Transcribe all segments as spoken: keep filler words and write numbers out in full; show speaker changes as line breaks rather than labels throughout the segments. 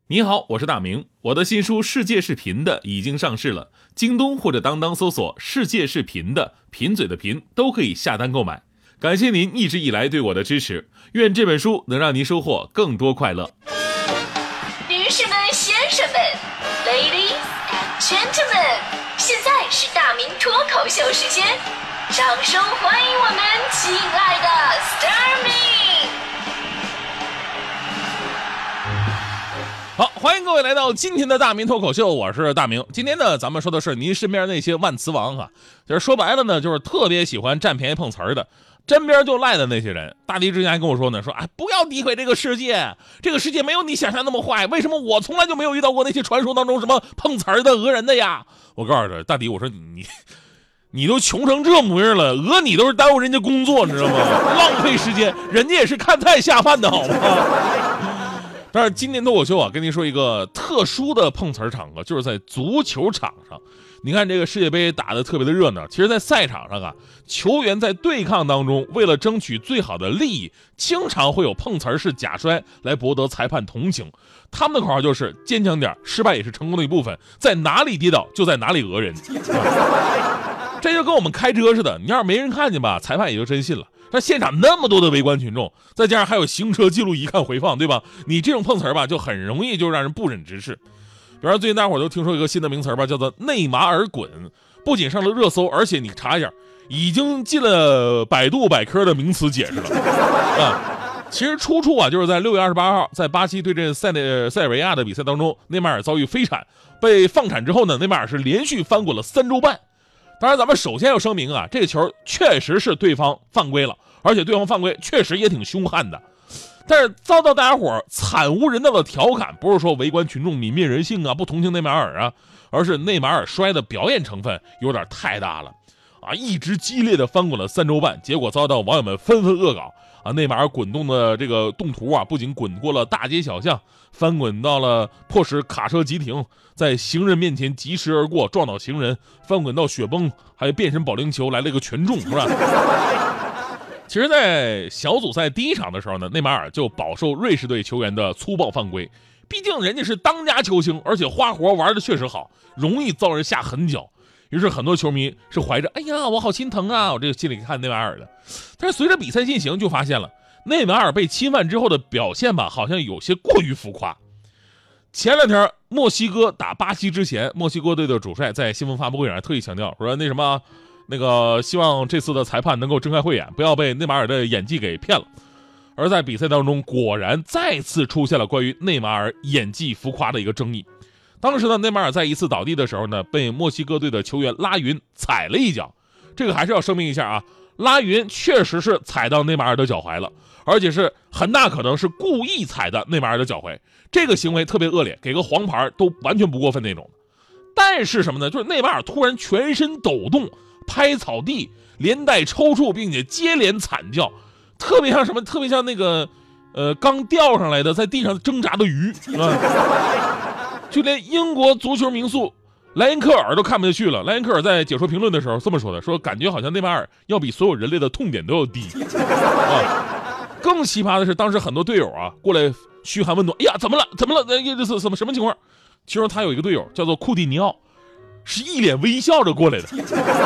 你好，我是大明。我的新书《世界是贫的》已经上市了，京东或者当当搜索"世界是贫的"，贫嘴的贫都可以下单购买。感谢您一直以来对我的支持，愿这本书能让您收获更多快乐。
女士们、先生们 ，Ladies and Gentlemen， 现在是大明脱口秀时间，掌声欢迎我们亲爱的 Starmin。
好，欢迎各位来到今天的大明脱口秀，我是大明。今天呢，咱们说的是您身边那些万磁王啊，就是说白了呢，就是特别喜欢占便宜碰瓷儿的，沾边就赖的那些人。大迪之前还跟我说呢，说哎，不要诋毁这个世界，这个世界没有你想象那么坏。为什么我从来就没有遇到过那些传说当中什么碰瓷儿的、讹人的呀？我告诉他，大迪，我说你你你都穷成这模样了，讹你都是耽误人家工作，你知道吗？浪费时间，人家也是看菜下饭的好吗？但是今天脱口秀啊，跟您说一个特殊的碰瓷儿场合，就是在足球场上。你看这个世界杯打得特别的热闹，其实在赛场上啊，球员在对抗当中，为了争取最好的利益，经常会有碰瓷儿式假摔来博得裁判同情。他们的口号就是坚强点，失败也是成功的一部分，在哪里跌倒就在哪里讹人。这就跟我们开车似的，你要是没人看见吧，裁判也就真信了。但现场那么多的围观群众，再加上还有行车记录仪看回放，对吧？你这种碰瓷儿吧，就很容易就让人不忍直视。比方最近大伙都听说一个新的名词儿吧，叫做内马尔滚，不仅上了热搜，而且你查一下，已经进了百度百科的名词解释了啊。其实出处啊，就是在六月二十八号，在巴西对阵塞内塞尔维亚的比赛当中，内马尔遭遇飞铲，被放铲之后呢，内马尔是连续翻滚了三周半。当然，咱们首先要声明啊，这个球确实是对方犯规了，而且对方犯规确实也挺凶悍的。但是遭到大家伙惨无人道的调侃，不是说围观群众泯灭人性啊，不同情内马尔啊，而是内马尔摔的表演成分有点太大了啊！一直激烈的翻滚了三周半，结果遭到网友们纷纷恶搞啊！内马尔滚动的这个动图啊，不仅滚过了大街小巷，翻滚到了迫使卡车急停，在行人面前疾驰而过，撞倒行人，翻滚到雪崩，还有变身保龄球来了一个全中，是吧？其实，在小组赛第一场的时候呢，内马尔就饱受瑞士队球员的粗暴犯规。毕竟人家是当家球星，而且花活玩的确实好，容易遭人下狠脚。于是很多球迷是怀着“哎呀，我好心疼啊”我这个心里看内马尔的。但是随着比赛进行，就发现了内马尔被侵犯之后的表现吧，好像有些过于浮夸。前两天墨西哥打巴西之前，墨西哥队的主帅在新闻发布会上特意强调说，那什么。那个希望这次的裁判能够睁开慧眼，不要被内马尔的演技给骗了。而在比赛当中，果然再次出现了关于内马尔演技浮夸的一个争议。当时呢，内马尔在一次倒地的时候呢，被墨西哥队的球员拉云踩了一脚。这个还是要声明一下啊，拉云确实是踩到内马尔的脚踝了，而且是很大可能是故意踩的内马尔的脚踝。这个行为特别恶劣，给个黄牌都完全不过分那种。但是什么呢？就是内马尔突然全身抖动，拍草地，连带抽搐，并且接连惨叫，特别像什么？特别像那个，呃，刚钓上来的在地上挣扎的鱼啊！就连英国足球名宿莱因克尔都看不下去了。莱因克尔在解说评论的时候这么说的：说感觉好像内马尔要比所有人类的痛点都要低啊！更奇葩的是，当时很多队友啊过来嘘寒问暖：“哎呀，怎么了？怎么了？那这是什么什么情况？”其中他有一个队友叫做库蒂尼奥。是一脸微笑着过来的，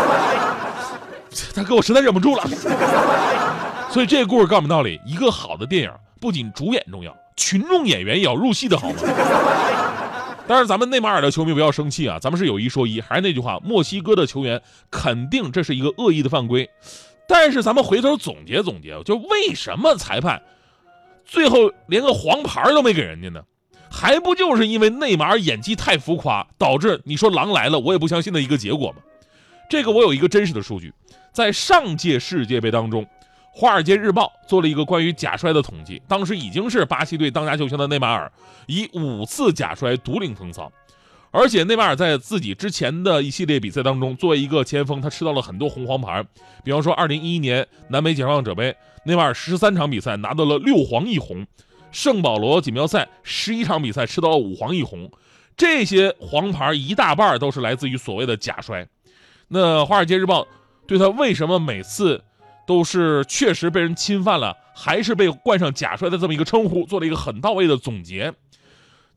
大哥，我实在忍不住了。所以这个故事告诉我们道理：一个好的电影不仅主演重要，群众演员也要入戏的好吗？当然，咱们内马尔的球迷不要生气啊，咱们是有一说一，还是那句话，墨西哥的球员肯定这是一个恶意的犯规。但是咱们回头总结总结，就为什么裁判最后连个黄牌都没给人家呢？还不就是因为内马尔演技太浮夸，导致你说狼来了我也不相信的一个结果吗？这个我有一个真实的数据，在上届世界杯当中，华尔街日报做了一个关于假摔的统计，当时已经是巴西队当家球星的内马尔以五次假摔独领风骚。而且内马尔在自己之前的一系列比赛当中，作为一个前锋，他吃到了很多红黄牌。比方说二零一一年南美解放者杯，内马尔十三场比赛拿到了六黄一红，圣保罗锦标赛十一场比赛吃到了五黄一红，这些黄牌一大半都是来自于所谓的假摔。那华尔街日报对他为什么每次都是确实被人侵犯了，还是被冠上假摔的这么一个称呼，做了一个很到位的总结。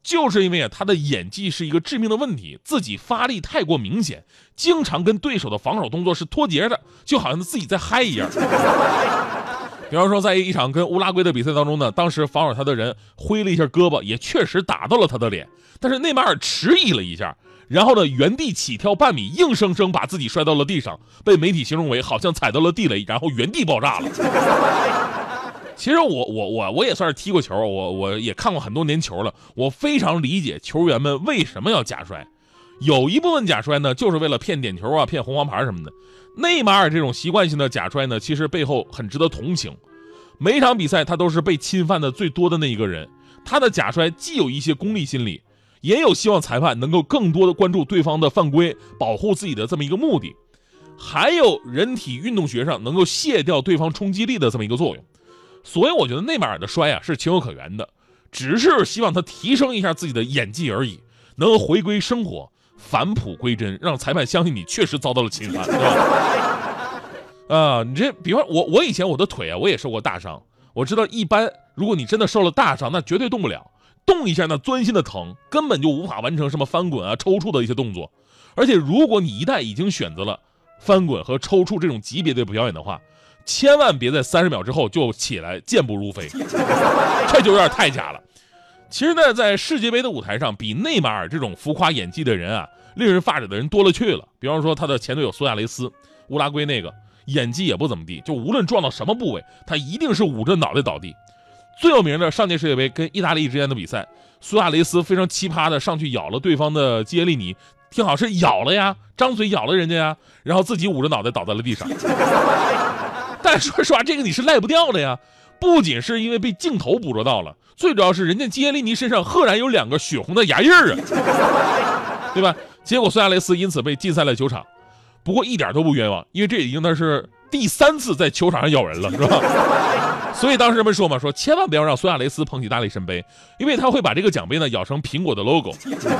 就是因为啊他的演技是一个致命的问题，自己发力太过明显，经常跟对手的防守动作是脱节的，就好像自己在嗨一样。比方说在一场跟乌拉圭的比赛当中呢，当时防守他的人挥了一下胳膊，也确实打到了他的脸，但是内马尔迟疑了一下，然后呢原地起跳半米，硬生生把自己摔到了地上，被媒体形容为好像踩到了地雷，然后原地爆炸了。其实我我我我也算是踢过球，我我也看过很多年球了，我非常理解球员们为什么要假摔。有一部分假摔呢，就是为了骗点球啊、骗红黄牌什么的。内马尔这种习惯性的假摔呢，其实背后很值得同情。每场比赛他都是被侵犯的最多的那一个人，他的假摔既有一些功利心理，也有希望裁判能够更多的关注对方的犯规，保护自己的这么一个目的，还有人体运动学上能够卸掉对方冲击力的这么一个作用。所以我觉得内马尔的摔啊是情有可原的，只是希望他提升一下自己的演技而已，能够回归生活，返璞归真，让裁判相信你确实遭到了侵犯，对吧？啊，你这比方我我以前我的腿啊，我也受过大伤，我知道一般如果你真的受了大伤，那绝对动不了，动一下那钻心的疼，根本就无法完成什么翻滚啊、抽搐的一些动作。而且如果你一旦已经选择了翻滚和抽搐这种级别的表演的话，千万别在三十秒之后就起来健步如飞，这就有点太假了。其实呢，在世界杯的舞台上，比内马尔这种浮夸演技的人啊，令人发指的人多了去了。比方说他的前队友苏亚雷斯，乌拉圭那个演技也不怎么地，就无论撞到什么部位，他一定是捂着脑袋倒地。最有名的上届世界杯跟意大利之间的比赛，苏亚雷斯非常奇葩的上去咬了对方的基耶利尼，听好是咬了呀，张嘴咬了人家呀，然后自己捂着脑袋倒在了地上。但说实话，这个你是赖不掉的呀，不仅是因为被镜头捕捉到了，最主要是人家基耶利尼身上赫然有两个血红的牙印儿啊，对吧？结果苏亚雷斯因此被禁赛了球场，不过一点都不冤枉，因为这已经那是第三次在球场上咬人了，是吧？所以当时人们说嘛，说千万不要让苏亚雷斯捧起大力神杯，因为他会把这个奖杯呢咬成苹果的 logo。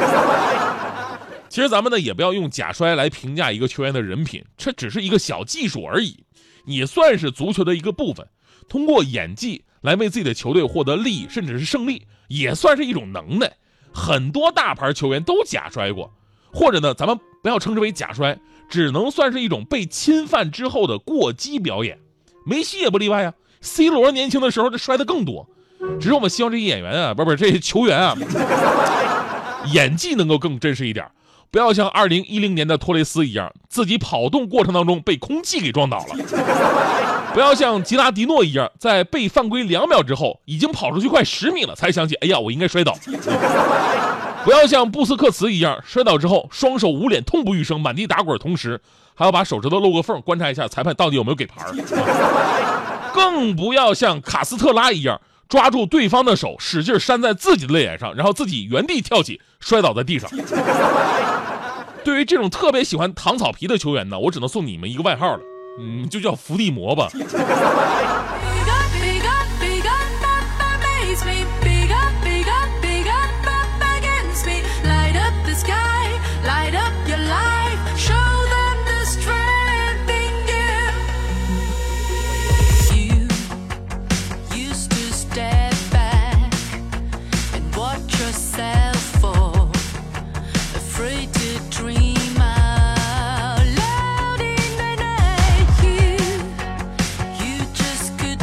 其实咱们呢也不要用假摔来评价一个球员的人品，这只是一个小技术而已，也算是足球的一个部分。通过演技来为自己的球队获得利益，甚至是胜利，也算是一种能耐。很多大牌球员都假摔过，或者呢，咱们不要称之为假摔，只能算是一种被侵犯之后的过激表演。梅西也不例外啊 ，C 罗年轻的时候这摔得更多。只是我们希望这些演员啊，不是不是这些球员啊，演技能够更真实一点。不要像二零一零年的托雷斯一样，自己跑动过程当中被空气给撞倒了；不要像吉拉迪诺一样，在被犯规两秒之后，已经跑出去快十米了，才想起，哎呀，我应该摔倒。不要像布斯克茨一样，摔倒之后双手捂脸，痛不欲生，满地打滚，同时还要把手指头露个缝，观察一下裁判到底有没有给牌。更不要像卡斯特拉一样，抓住对方的手，使劲扇在自己的脸上，然后自己原地跳起，摔倒在地上。对于这种特别喜欢躺草皮的球员呢，我只能送你们一个外号了，嗯，就叫伏地魔吧。
Could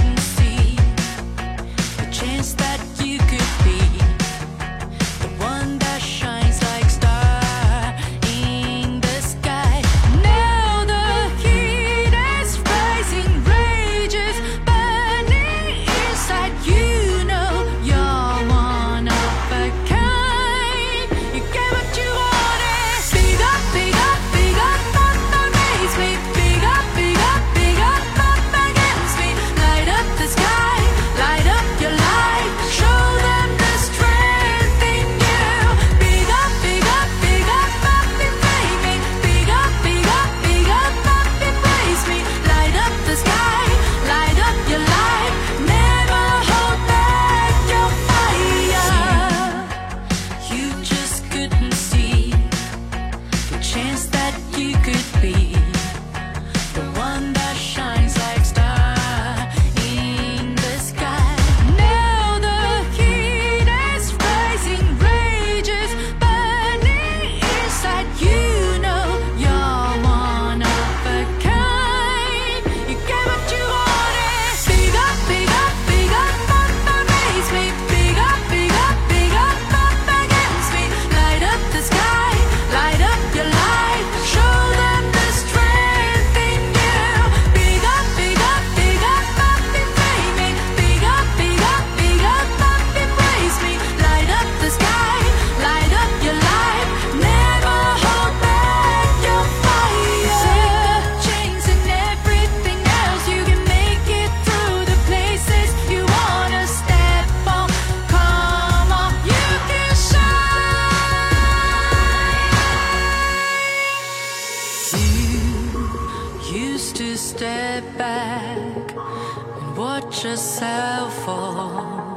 step back and watch yourself fall.